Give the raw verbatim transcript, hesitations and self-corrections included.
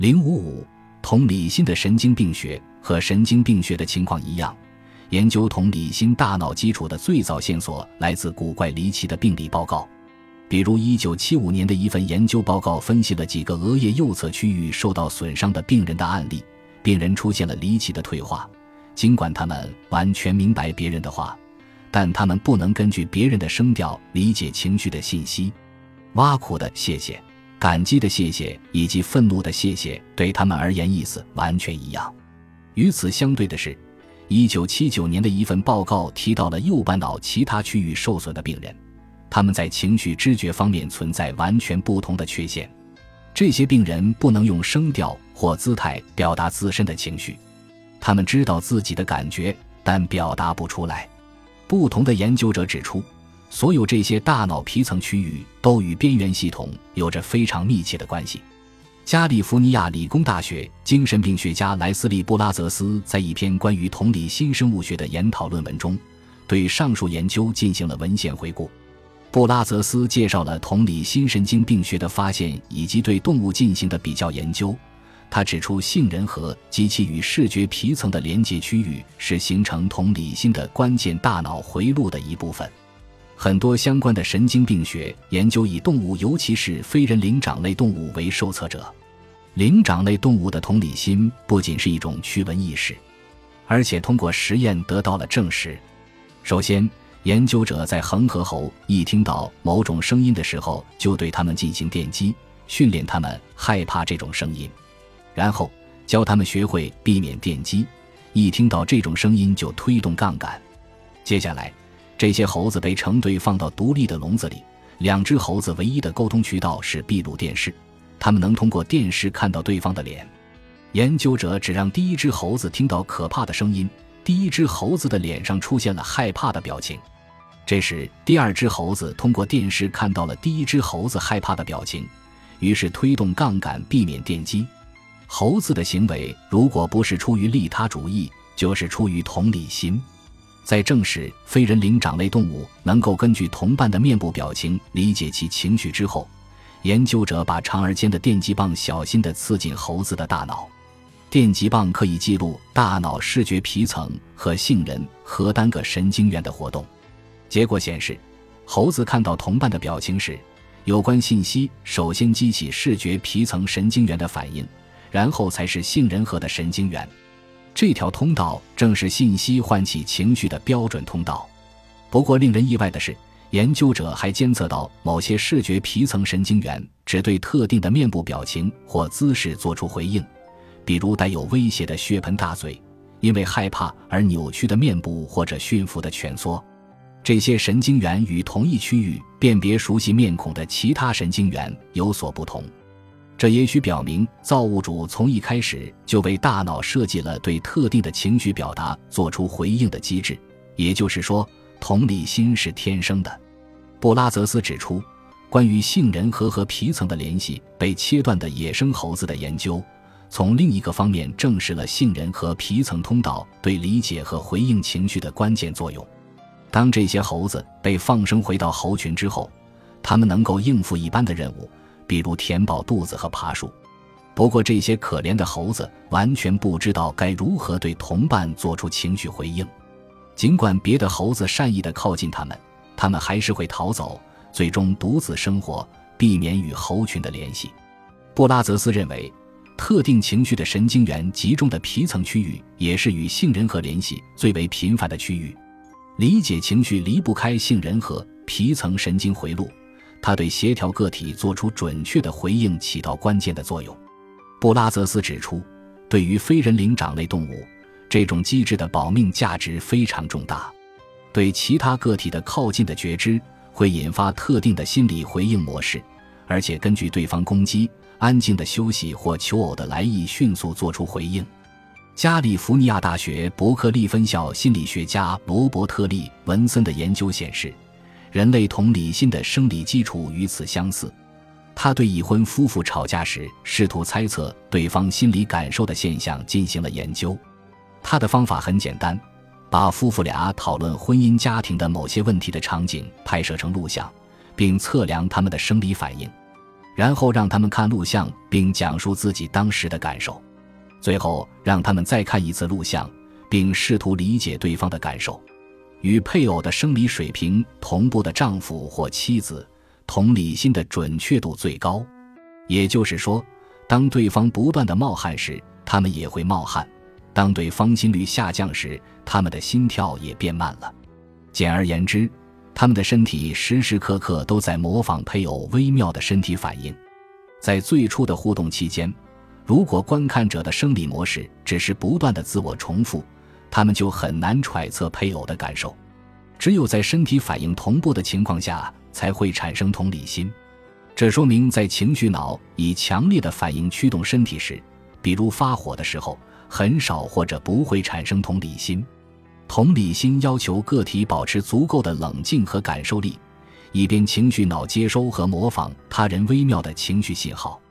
零五五同理心的神经病学。和神经病学的情况一样，研究同理心大脑基础的最早线索来自古怪离奇的病理报告。比如一九七五年的一份研究报告分析了几个额叶右侧区域受到损伤的病人的案例，病人出现了离奇的退化，尽管他们完全明白别人的话，但他们不能根据别人的声调理解情绪的信息。挖苦的谢谢、感激的谢谢以及愤怒的谢谢对他们而言意思完全一样。与此相对的是，一九七九年的一份报告提到了右半脑其他区域受损的病人，他们在情绪知觉方面存在完全不同的缺陷。这些病人不能用声调或姿态表达自身的情绪，他们知道自己的感觉，但表达不出来。不同的研究者指出，所有这些大脑皮层区域都与边缘系统有着非常密切的关系。加利福尼亚理工大学精神病学家莱斯利·布拉泽斯在一篇关于同理心生物学的研讨论文中，对上述研究进行了文献回顾。布拉泽斯介绍了同理心神经病学的发现以及对动物进行的比较研究。他指出，杏仁核及其与视觉皮层的连接区域是形成同理心的关键大脑回路的一部分。很多相关的神经病学研究以动物，尤其是非人灵长类动物为受测者。灵长类动物的同理心不仅是一种驱蚊意识，而且通过实验得到了证实。首先，研究者在恒河猴一听到某种声音的时候，就对它们进行电击，训练它们害怕这种声音，然后教它们学会避免电击，一听到这种声音就推动杠杆。接下来，这些猴子被成对放到独立的笼子里，两只猴子唯一的沟通渠道是闭路电视，他们能通过电视看到对方的脸。研究者只让第一只猴子听到可怕的声音，第一只猴子的脸上出现了害怕的表情。这时，第二只猴子通过电视看到了第一只猴子害怕的表情，于是推动杠杆避免电击。猴子的行为如果不是出于利他主义，就是出于同理心。在证实非人灵长类动物能够根据同伴的面部表情理解其情绪之后，研究者把长而尖的电击棒小心地刺进猴子的大脑。电击棒可以记录大脑视觉皮层和杏仁核单个神经元的活动。结果显示，猴子看到同伴的表情时，有关信息首先激起视觉皮层神经元的反应，然后才是杏仁核的神经元。这条通道正是信息唤起情绪的标准通道。不过令人意外的是，研究者还监测到某些视觉皮层神经元只对特定的面部表情或姿势做出回应，比如带有威胁的血盆大嘴，因为害怕而扭曲的面部，或者驯服的蜷缩。这些神经元与同一区域辨别熟悉面孔的其他神经元有所不同。这也许表明造物主从一开始就为大脑设计了对特定的情绪表达做出回应的机制，也就是说，同理心是天生的。布拉泽斯指出，关于杏仁核和皮层的联系被切断的野生猴子的研究，从另一个方面证实了杏仁和皮层通道对理解和回应情绪的关键作用。当这些猴子被放生回到猴群之后，它们能够应付一般的任务，比如填饱肚子和爬树。不过这些可怜的猴子完全不知道该如何对同伴做出情绪回应。尽管别的猴子善意地靠近它们，它们还是会逃走，最终独自生活，避免与猴群的联系。布拉泽斯认为，特定情绪的神经元集中的皮层区域也是与杏仁核联系最为频繁的区域。理解情绪离不开杏仁核皮层神经回路，它对协调个体做出准确的回应起到关键的作用。布拉泽斯指出，对于非人灵长类动物，这种机制的保命价值非常重大。对其他个体的靠近的觉知会引发特定的心理回应模式，而且根据对方攻击、安静的休息或求偶的来意迅速做出回应。加利福尼亚大学伯克利分校心理学家罗伯特利·文森的研究显示，人类同理心的生理基础与此相似。他对已婚夫妇吵架时试图猜测对方心理感受的现象进行了研究。他的方法很简单，把夫妇俩讨论婚姻家庭的某些问题的场景拍摄成录像，并测量他们的生理反应。 然后让他们看录像并讲述自己当时的感受，最后让他们再看一次录像，并试图理解对方的感受。与配偶的生理水平同步的丈夫或妻子，同理心的准确度最高。也就是说，当对方不断地冒汗时，他们也会冒汗；当对方心率下降时，他们的心跳也变慢了。简而言之，他们的身体时时刻刻都在模仿配偶微妙的身体反应。在最初的互动期间，如果观看者的生理模式只是不断的自我重复，他们就很难揣测配偶的感受。只有在身体反应同步的情况下，才会产生同理心。这说明在情绪脑以强烈的反应驱动身体时，比如发火的时候，很少或者不会产生同理心。同理心要求个体保持足够的冷静和感受力，以便情绪脑接收和模仿他人微妙的情绪信号。